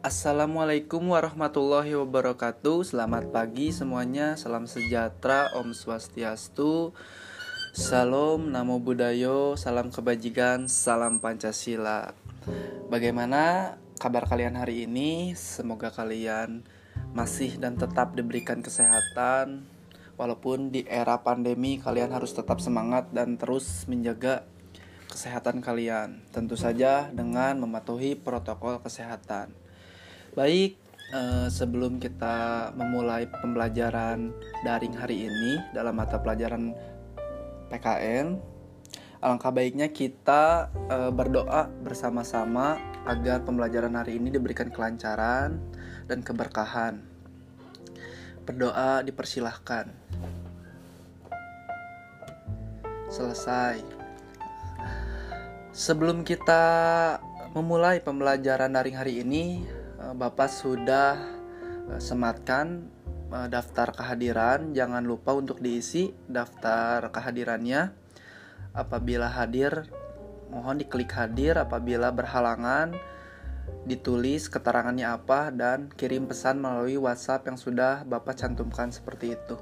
Assalamualaikum warahmatullahi wabarakatuh. Selamat pagi semuanya. Salam sejahtera, Om Swastiastu, Salam Namo Buddhaya, salam kebajikan, salam Pancasila. Bagaimana kabar kalian hari ini? Semoga kalian masih dan tetap diberikan kesehatan. Walaupun di era pandemi kalian harus tetap semangat dan terus menjaga kesehatan kalian. Tentu saja dengan mematuhi protokol kesehatan. Baik, sebelum kita memulai pembelajaran daring hari ini dalam mata pelajaran PKN, alangkah baiknya kita berdoa bersama-sama agar pembelajaran hari ini diberikan kelancaran dan keberkahan. Berdoa dipersilahkan. Selesai. Sebelum kita memulai pembelajaran daring hari ini, Bapak sudah sematkan daftar kehadiran. Jangan lupa untuk diisi daftar kehadirannya. Apabila hadir, mohon diklik hadir. Apabila berhalangan, ditulis keterangannya apa dan kirim pesan melalui WhatsApp yang sudah Bapak cantumkan seperti itu.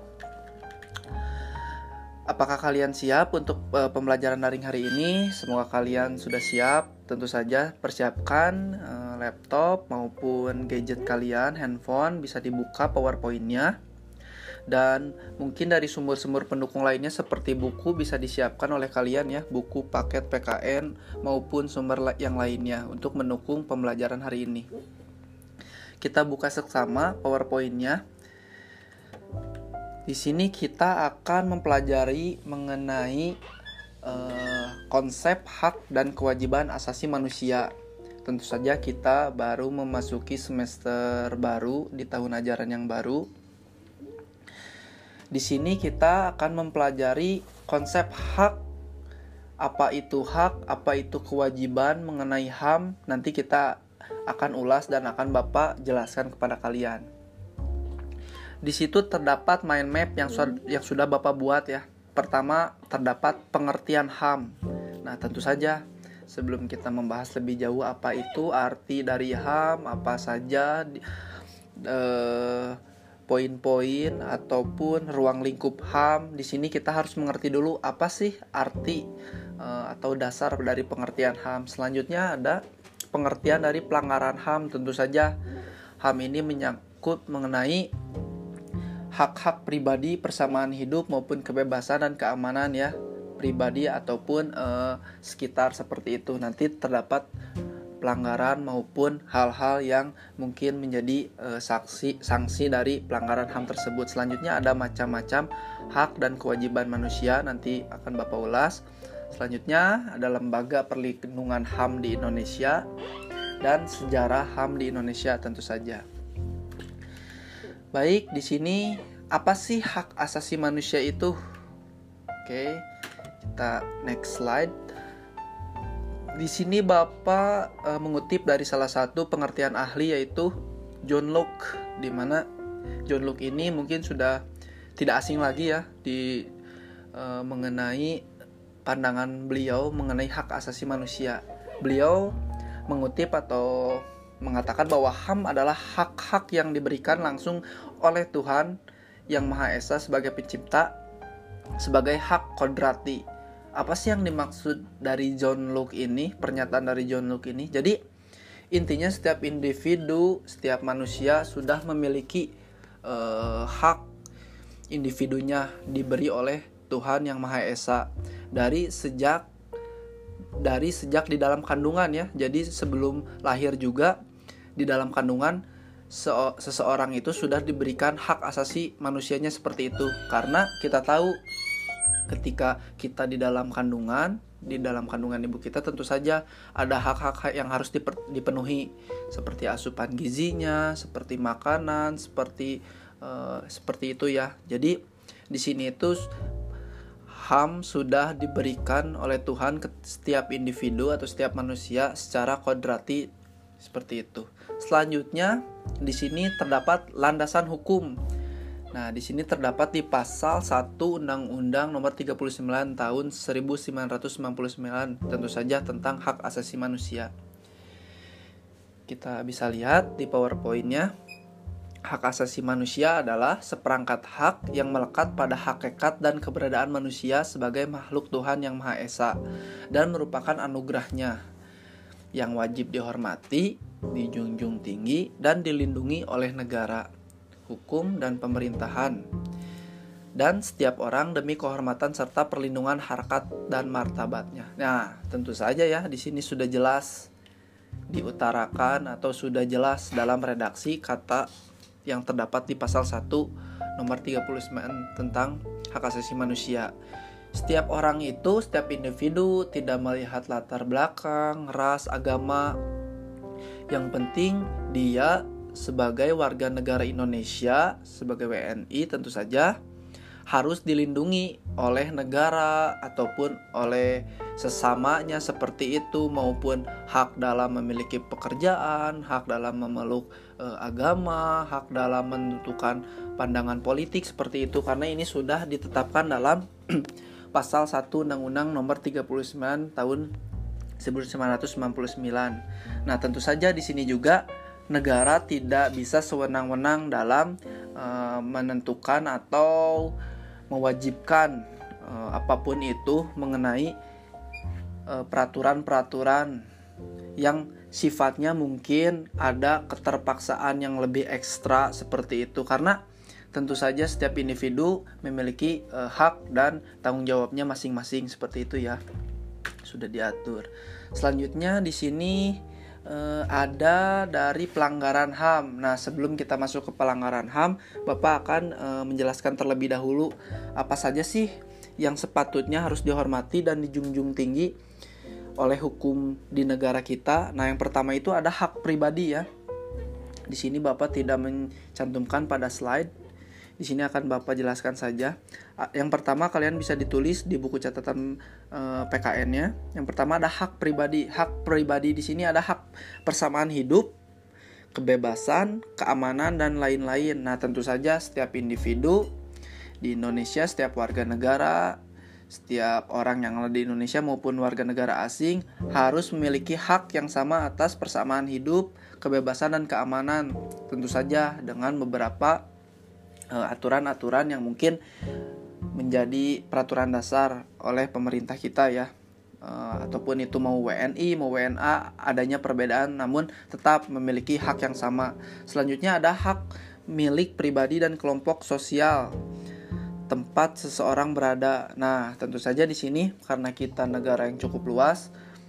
Apakah kalian siap untuk pembelajaran daring hari ini? Semoga kalian sudah siap. Tentu saja persiapkan laptop maupun gadget kalian, handphone, bisa dibuka PowerPoint-nya. Dan mungkin dari sumber-sumber pendukung lainnya seperti buku bisa disiapkan oleh kalian ya, buku paket PKN maupun sumber yang lainnya untuk mendukung pembelajaran hari ini. Kita buka seksama PowerPoint-nya. Di sini kita akan mempelajari mengenai konsep hak dan kewajiban asasi manusia. Tentu saja kita baru memasuki semester baru di tahun ajaran yang baru. Di sini kita akan mempelajari konsep hak, apa itu hak, apa itu kewajiban mengenai HAM. Nanti kita akan ulas dan akan Bapak jelaskan kepada kalian. Di situ terdapat mind map yang sudah Bapak buat ya. Pertama, terdapat pengertian HAM. Nah, tentu saja sebelum kita membahas lebih jauh apa itu arti dari HAM, apa saja poin-poin ataupun ruang lingkup HAM, di sini kita harus mengerti dulu apa sih arti atau dasar dari pengertian HAM. Selanjutnya ada pengertian dari pelanggaran HAM. Tentu saja HAM ini menyangkut mengenai hak-hak pribadi, persamaan hidup maupun kebebasan dan keamanan ya, pribadi ataupun sekitar seperti itu. Nanti terdapat pelanggaran maupun hal-hal yang mungkin menjadi sanksi dari pelanggaran HAM tersebut. Selanjutnya ada macam-macam hak dan kewajiban manusia, nanti akan Bapak ulas. Selanjutnya ada lembaga perlindungan HAM di Indonesia dan sejarah HAM di Indonesia tentu saja. Baik, di sini apa sih hak asasi manusia itu? Oke, kita next slide. Di sini Bapak mengutip dari salah satu pengertian ahli yaitu John Locke, di mana John Locke ini mungkin sudah tidak asing lagi ya di mengenai pandangan beliau mengenai hak asasi manusia. Beliau mengutip atau mengatakan bahwa HAM adalah hak-hak yang diberikan langsung oleh Tuhan yang Maha Esa sebagai pencipta, sebagai hak kodrati. Apa sih yang dimaksud dari John Locke ini, pernyataan dari John Locke ini? Jadi intinya setiap individu, setiap manusia sudah memiliki hak individunya diberi oleh Tuhan yang Maha Esa dari sejak di dalam kandungan ya. Jadi sebelum lahir juga di dalam kandungan seseorang itu sudah diberikan hak asasi manusianya seperti itu. Karena kita tahu ketika kita di dalam kandungan ibu kita tentu saja ada hak-hak yang harus dipenuhi seperti asupan gizinya, seperti makanan, seperti itu ya. Jadi di sini itu HAM sudah diberikan oleh Tuhan ke setiap individu atau setiap manusia secara kodrati seperti itu. Selanjutnya di sini terdapat landasan hukum. Nah, di sini terdapat di pasal 1 Undang-Undang Nomor 39 Tahun 1999, tentu saja tentang hak asasi manusia. kita bisa lihat di PowerPoint-nya, hak asasi manusia adalah seperangkat hak yang melekat pada hakikat dan keberadaan manusia sebagai makhluk Tuhan yang Maha Esa dan merupakan anugerahnya yang wajib dihormati, dijunjung tinggi, dan dilindungi oleh negara, hukum, dan pemerintahan, dan setiap orang demi kehormatan serta perlindungan harkat dan martabatnya. Nah, tentu saja ya, di sini sudah jelas diutarakan atau sudah jelas dalam redaksi kata yang terdapat di pasal 1 nomor 39 tentang hak asasi manusia. Setiap orang itu, setiap individu tidak melihat latar belakang, ras, agama. Yang penting dia sebagai warga negara Indonesia, sebagai WNI tentu saja harus dilindungi oleh negara ataupun oleh sesamanya seperti itu, maupun hak dalam memiliki pekerjaan, hak dalam memeluk agama, hak dalam menentukan pandangan politik seperti itu, karena ini sudah ditetapkan dalam pasal 1 Undang-Undang nomor 39 tahun 1999. Nah, tentu saja di sini juga negara tidak bisa sewenang-wenang dalam menentukan atau mewajibkan apapun itu mengenai peraturan-peraturan yang sifatnya mungkin ada keterpaksaan yang lebih ekstra seperti itu, karena tentu saja setiap individu memiliki hak dan tanggung jawabnya masing-masing seperti itu ya, sudah diatur. Selanjutnya di sini ada dari pelanggaran HAM. Nah, sebelum kita masuk ke pelanggaran HAM, Bapak akan menjelaskan terlebih dahulu apa saja sih yang sepatutnya harus dihormati dan dijunjung tinggi oleh hukum di negara kita. Nah, yang pertama itu ada hak pribadi ya. Di sini Bapak tidak mencantumkan pada slide. Di sini akan Bapak jelaskan saja. Yang pertama kalian bisa ditulis di buku catatan PKN-nya. Yang pertama ada hak pribadi. Hak pribadi di sini ada hak persamaan hidup, kebebasan, keamanan, dan lain-lain. Nah, tentu saja setiap individu di Indonesia, setiap warga negara, setiap orang yang ada di Indonesia maupun warga negara asing harus memiliki hak yang sama atas persamaan hidup, kebebasan, dan keamanan. Tentu saja dengan beberapa aturan-aturan yang mungkin menjadi peraturan dasar oleh pemerintah kita ya, ataupun itu mau WNI mau WNA, adanya perbedaan namun tetap memiliki hak yang sama. Selanjutnya ada hak milik pribadi dan kelompok sosial tempat seseorang berada. Nah, tentu saja di sini karena kita negara yang cukup luas,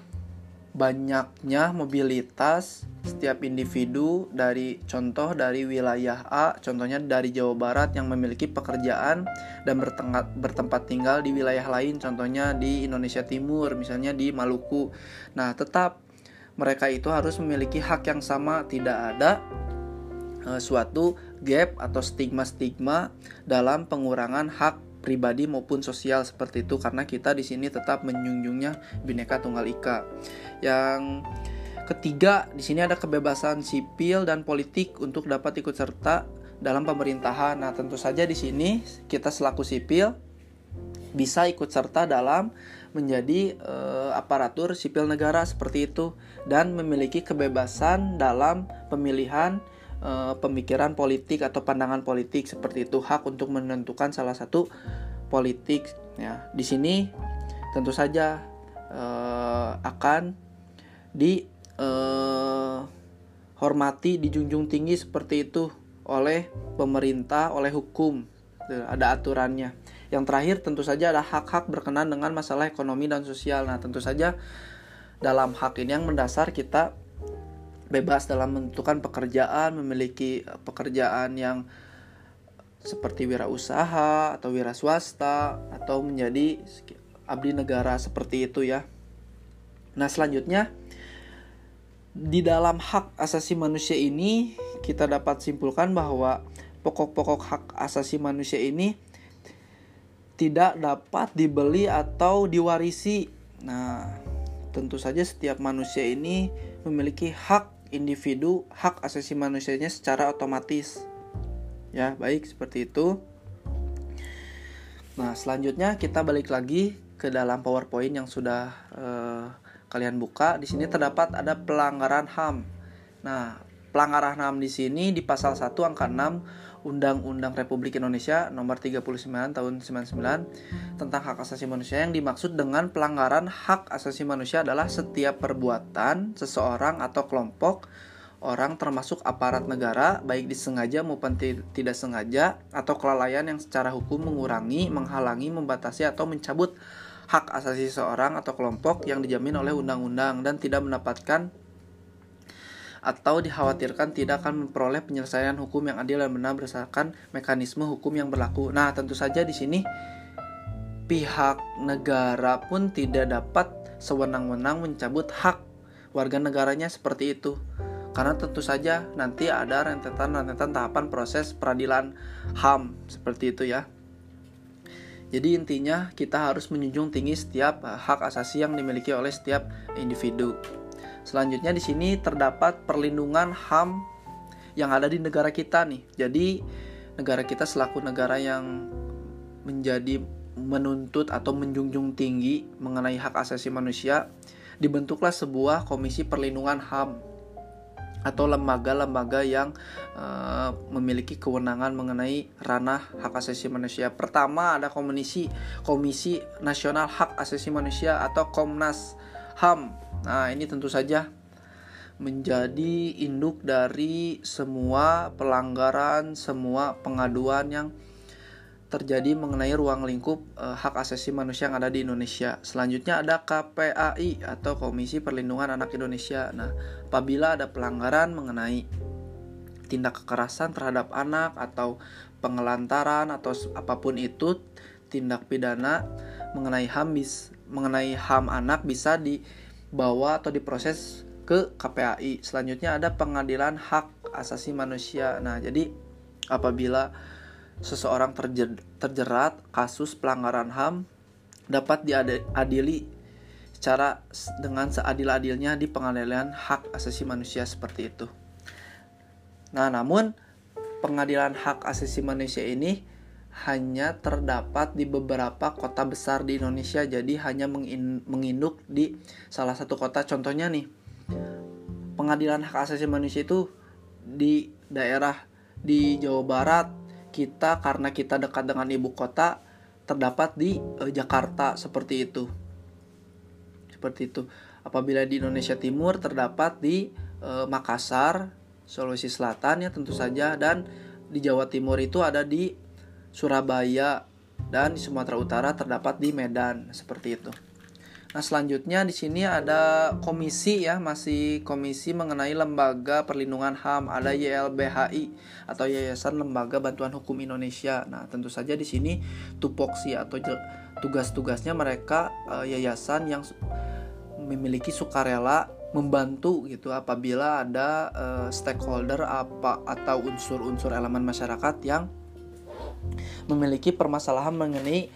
banyaknya mobilitas setiap individu dari wilayah A, contohnya dari Jawa Barat yang memiliki pekerjaan dan bertempat tinggal di wilayah lain, contohnya di Indonesia Timur, misalnya di Maluku. Nah, tetap mereka itu harus memiliki hak yang sama, tidak ada suatu gap atau stigma-stigma dalam pengurangan hak pribadi maupun sosial seperti itu, karena kita di sini tetap menjunjungnya Bhinneka Tunggal Ika. Yang ketiga, di sini ada kebebasan sipil dan politik untuk dapat ikut serta dalam pemerintahan. Nah, tentu saja di sini kita selaku sipil bisa ikut serta dalam menjadi aparatur sipil negara seperti itu, dan memiliki kebebasan dalam pemilihan pemikiran politik atau pandangan politik seperti itu, hak untuk menentukan salah satu politik ya. Di sini tentu saja akan dihormati, dijunjung tinggi seperti itu oleh pemerintah, oleh hukum, ada aturannya. Yang terakhir tentu saja ada hak-hak berkenaan dengan masalah ekonomi dan sosial. Nah, tentu saja dalam hak ini yang mendasar kita bebas dalam menentukan pekerjaan, memiliki pekerjaan yang seperti wirausaha atau wira swasta atau menjadi abdi negara seperti itu ya. Nah, selanjutnya di dalam hak asasi manusia ini kita dapat simpulkan bahwa pokok-pokok hak asasi manusia ini tidak dapat dibeli atau diwarisi. Nah, tentu saja setiap manusia ini memiliki hak individu, hak asasi manusianya secara otomatis. Ya, baik seperti itu. Nah, selanjutnya kita balik lagi ke dalam PowerPoint yang sudah kalian buka. Di sini terdapat ada pelanggaran HAM. Nah, pelanggaran HAM di sini di pasal 1 angka 6 Undang-Undang Republik Indonesia nomor 39 tahun 99 tentang hak asasi manusia. Yang dimaksud dengan pelanggaran hak asasi manusia adalah setiap perbuatan seseorang atau kelompok orang termasuk aparat negara, baik disengaja maupun tidak sengaja, atau kelalaian yang secara hukum mengurangi, menghalangi, membatasi, atau mencabut hak asasi seseorang atau kelompok yang dijamin oleh undang-undang dan tidak mendapatkan atau dikhawatirkan tidak akan memperoleh penyelesaian hukum yang adil dan benar berdasarkan mekanisme hukum yang berlaku. Nah, tentu saja di sini pihak negara pun tidak dapat sewenang-wenang mencabut hak warga negaranya seperti itu. Karena tentu saja nanti ada rentetan tahapan proses peradilan HAM seperti itu ya. Jadi intinya kita harus menjunjung tinggi setiap hak asasi yang dimiliki oleh setiap individu. Selanjutnya di sini terdapat perlindungan HAM yang ada di negara kita nih. Jadi negara kita selaku negara yang menjadi menuntut atau menjunjung tinggi mengenai hak asasi manusia, dibentuklah sebuah komisi perlindungan HAM atau lembaga-lembaga yang memiliki kewenangan mengenai ranah hak asasi manusia. Pertama ada Komisi Nasional Hak Asasi Manusia atau Komnas HAM. Nah, ini tentu saja menjadi induk dari semua pelanggaran, semua pengaduan yang terjadi mengenai ruang lingkup hak asasi manusia yang ada di Indonesia. Selanjutnya ada KPAI atau Komisi Perlindungan Anak Indonesia. Nah, apabila ada pelanggaran mengenai tindak kekerasan terhadap anak atau pengelantaran atau apapun itu tindak pidana mengenai HAM anak bisa dibawa atau diproses ke KPAI. Selanjutnya ada Pengadilan Hak Asasi Manusia. Nah, jadi apabila seseorang terjerat kasus pelanggaran HAM dapat diadili dengan seadil-adilnya di Pengadilan Hak Asasi Manusia seperti itu. Nah, namun Pengadilan Hak Asasi Manusia ini hanya terdapat di beberapa kota besar di Indonesia, jadi hanya menginduk di salah satu kota. Contohnya nih, Pengadilan Hak Asasi Manusia itu di daerah di Jawa Barat. Kita karena kita dekat dengan ibu kota terdapat di Jakarta seperti itu. Apabila di Indonesia Timur terdapat di Makassar, Sulawesi Selatan ya tentu saja, dan di Jawa Timur itu ada di Surabaya, dan di Sumatera Utara terdapat di Medan seperti itu. Nah, selanjutnya di sini ada komisi ya, masih komisi mengenai lembaga perlindungan HAM, ada YLBHI atau Yayasan Lembaga Bantuan Hukum Indonesia. Nah, tentu saja di sini tupoksi atau tugas-tugasnya mereka yayasan yang memiliki sukarela membantu gitu apabila ada stakeholder atau unsur-unsur elemen masyarakat yang memiliki permasalahan mengenai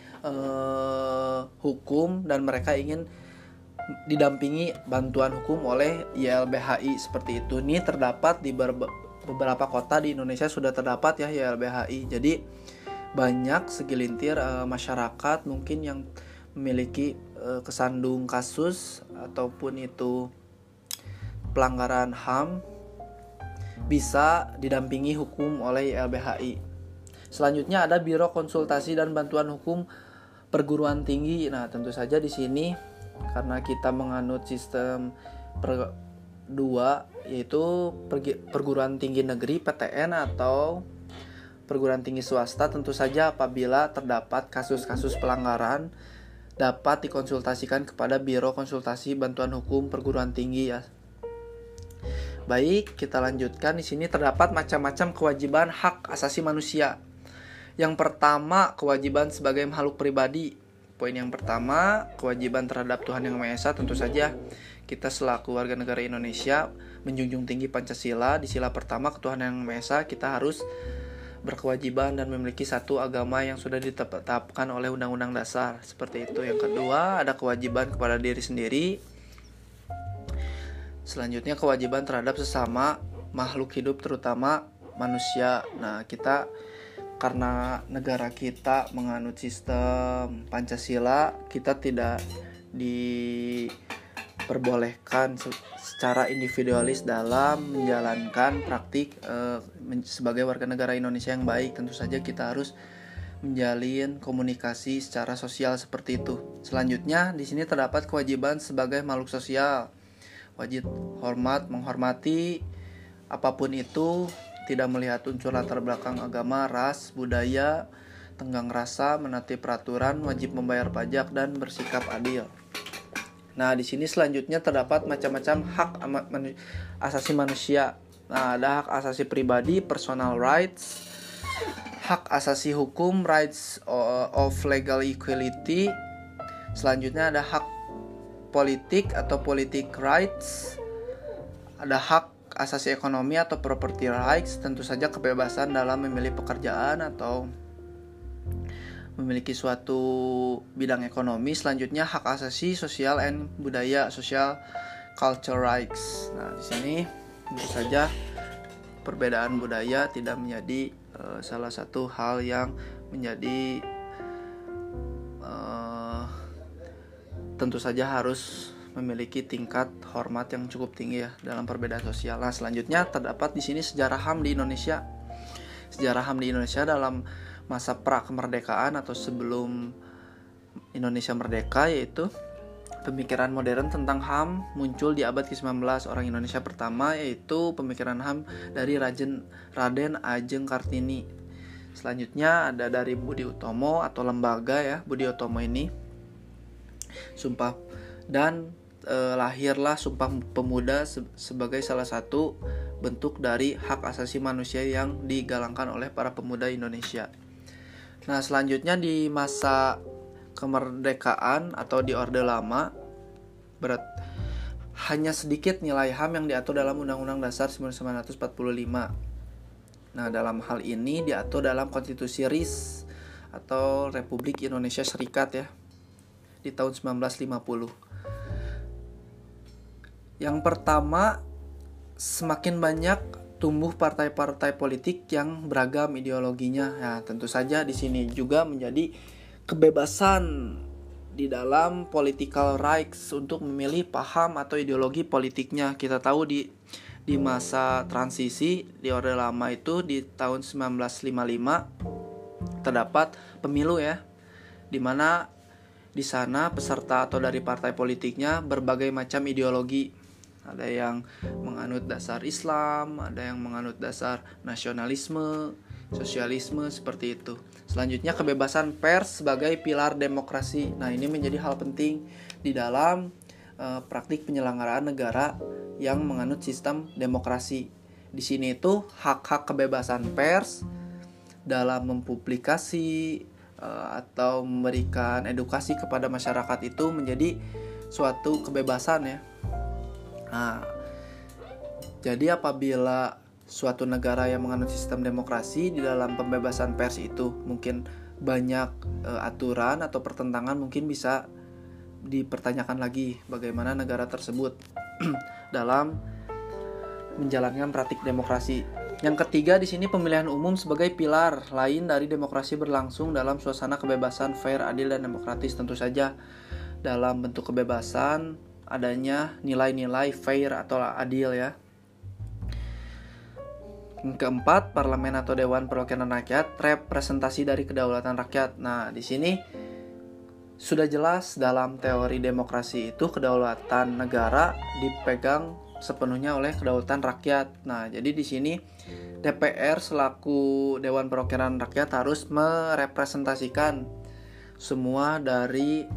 hukum dan mereka ingin didampingi bantuan hukum oleh YLBHI seperti itu. Ini terdapat di beberapa kota di Indonesia sudah terdapat ya YLBHI. Jadi banyak segelintir masyarakat mungkin yang memiliki kesandung kasus ataupun itu pelanggaran HAM bisa didampingi hukum oleh YLBHI. Selanjutnya ada Biro Konsultasi dan Bantuan Hukum Perguruan Tinggi. Nah, tentu saja di sini karena kita menganut sistem 2 yaitu perguruan tinggi negeri PTN atau perguruan tinggi swasta, tentu saja apabila terdapat kasus-kasus pelanggaran dapat dikonsultasikan kepada Biro Konsultasi Bantuan Hukum Perguruan Tinggi ya. Baik, kita lanjutkan. Di sini terdapat macam-macam kewajiban hak asasi manusia. Yang pertama, kewajiban sebagai makhluk pribadi. Poin yang pertama, kewajiban terhadap Tuhan Yang Maha Esa. Tentu saja kita selaku warga negara Indonesia menjunjung tinggi Pancasila. Di sila pertama, ketuhanan Yang Maha Esa, kita harus berkewajiban dan memiliki satu agama yang sudah ditetapkan oleh Undang-Undang Dasar. Seperti itu. Yang kedua, ada kewajiban kepada diri sendiri. Selanjutnya, kewajiban terhadap sesama makhluk hidup, terutama manusia. Nah, kita karena negara kita menganut sistem Pancasila, kita tidak diperbolehkan secara individualis dalam menjalankan praktik sebagai warga negara Indonesia yang baik. Tentu saja kita harus menjalin komunikasi secara sosial seperti itu. Selanjutnya di sini terdapat kewajiban sebagai makhluk sosial. Wajib menghormati apapun itu, tidak melihat unsur latar belakang agama, ras, budaya, tenggang rasa, menaati peraturan, wajib membayar pajak dan bersikap adil. Nah, di sini selanjutnya terdapat macam-macam hak asasi manusia. Nah, ada hak asasi pribadi, personal rights, hak asasi hukum, rights of legal equality. Selanjutnya ada hak politik atau politic rights. Ada hak asasi ekonomi atau property rights, tentu saja kebebasan dalam memilih pekerjaan atau memiliki suatu bidang ekonomi. Selanjutnya hak asasi sosial and budaya, social culture rights. Nah, di sini tentu saja perbedaan budaya tidak menjadi salah satu hal yang menjadi tentu saja harus memiliki tingkat hormat yang cukup tinggi ya dalam perbedaan sosial. Nah, selanjutnya terdapat di sini sejarah HAM di Indonesia. Sejarah HAM di Indonesia dalam masa pra-kemerdekaan atau sebelum Indonesia merdeka, yaitu pemikiran modern tentang HAM muncul di abad ke-19. Orang Indonesia pertama yaitu pemikiran HAM dari Raden Ajeng Kartini. Selanjutnya ada dari Budi Utomo atau lembaga ya, Budi Utomo ini Sumpah, dan lahirlah Sumpah Pemuda sebagai salah satu bentuk dari hak asasi manusia yang digalangkan oleh para pemuda Indonesia. Nah, selanjutnya di masa kemerdekaan atau di Orde Lama, hanya sedikit nilai HAM yang diatur dalam Undang-Undang Dasar 1945. Nah, dalam hal ini diatur dalam Konstitusi RIS atau Republik Indonesia Serikat ya, di tahun 1950. Yang pertama, semakin banyak tumbuh partai-partai politik yang beragam ideologinya. Nah, tentu saja di sini juga menjadi kebebasan di dalam political rights untuk memilih paham atau ideologi politiknya. Kita tahu di masa transisi di Orde Lama itu di tahun 1955 terdapat pemilu ya, di mana di sana peserta atau dari partai politiknya berbagai macam ideologi. Ada yang menganut dasar Islam, ada yang menganut dasar nasionalisme, sosialisme, seperti itu. Selanjutnya kebebasan pers sebagai pilar demokrasi. Nah, ini menjadi hal penting di dalam praktik penyelenggaraan negara yang menganut sistem demokrasi. Di sini itu hak-hak kebebasan pers dalam mempublikasi atau memberikan edukasi kepada masyarakat itu menjadi suatu kebebasan ya. Nah, jadi apabila suatu negara yang menganut sistem demokrasi, di dalam pembebasan pers itu mungkin banyak aturan atau pertentangan, mungkin bisa dipertanyakan lagi bagaimana negara tersebut dalam menjalankan praktik demokrasi. Yang ketiga di sini pemilihan umum sebagai pilar lain dari demokrasi berlangsung dalam suasana kebebasan, fair, adil, dan demokratis. Tentu saja dalam bentuk kebebasan adanya nilai-nilai fair atau adil ya. Yang keempat, parlemen atau dewan perwakilan rakyat, representasi dari kedaulatan rakyat. Nah, di sini sudah jelas dalam teori demokrasi itu kedaulatan negara dipegang sepenuhnya oleh kedaulatan rakyat. Nah, jadi di sini DPR selaku dewan perwakilan rakyat harus merepresentasikan semua dari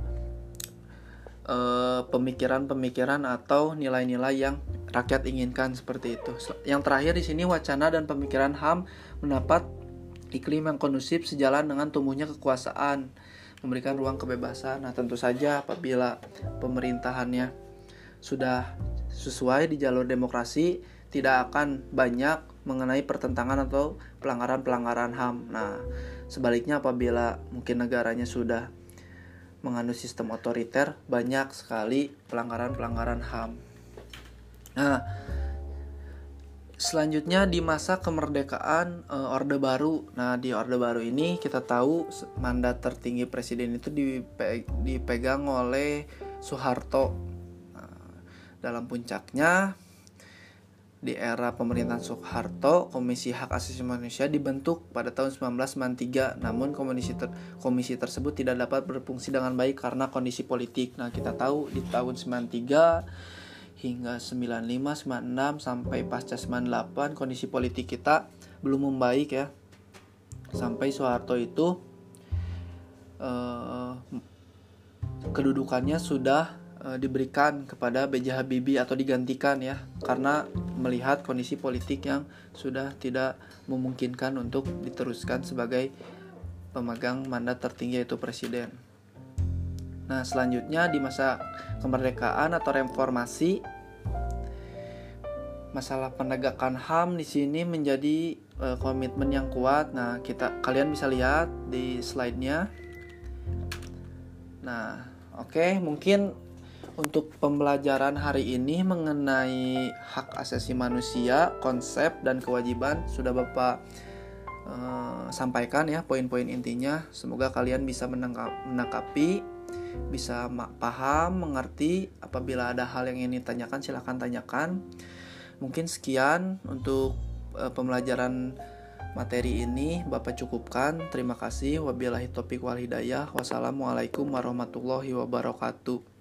pemikiran-pemikiran atau nilai-nilai yang rakyat inginkan, seperti itu. Yang terakhir di sini wacana dan pemikiran HAM mendapat iklim yang kondusif sejalan dengan tumbuhnya kekuasaan, memberikan ruang kebebasan. Nah, tentu saja apabila pemerintahannya sudah sesuai di jalur demokrasi, tidak akan banyak mengenai pertentangan atau pelanggaran-pelanggaran HAM. Nah, sebaliknya apabila mungkin negaranya sudah menganut sistem otoriter, banyak sekali pelanggaran-pelanggaran HAM. Nah, selanjutnya di masa kemerdekaan Orde Baru. Nah, di Orde Baru ini kita tahu mandat tertinggi presiden itu dipegang oleh Soeharto. Nah, dalam puncaknya di era pemerintahan Soeharto, Komisi Hak Asasi Manusia dibentuk pada tahun 1993. Namun komisi tersebut tidak dapat berfungsi dengan baik karena kondisi politik. Nah, kita tahu di tahun 93 hingga 95, 96 sampai pasca 98 kondisi politik kita belum membaik ya. Sampai Soeharto itu kedudukannya sudah diberikan kepada B.J. Habibie atau digantikan ya, karena melihat kondisi politik yang sudah tidak memungkinkan untuk diteruskan sebagai pemegang mandat tertinggi yaitu presiden. Nah, selanjutnya di masa kemerdekaan atau reformasi, masalah penegakan HAM di sini menjadi komitmen yang kuat. Nah, kalian bisa lihat di slide-nya. Nah, oke, mungkin untuk pembelajaran hari ini mengenai hak asasi manusia, konsep dan kewajiban sudah Bapak sampaikan ya poin-poin intinya. Semoga kalian bisa menangkapi, bisa paham, mengerti. Apabila ada hal yang ingin ditanyakan silahkan tanyakan. Mungkin sekian untuk pembelajaran materi ini Bapak cukupkan. Terima kasih. Wabillahi taufiq wal hidayah. Wassalamualaikum warahmatullahi wabarakatuh.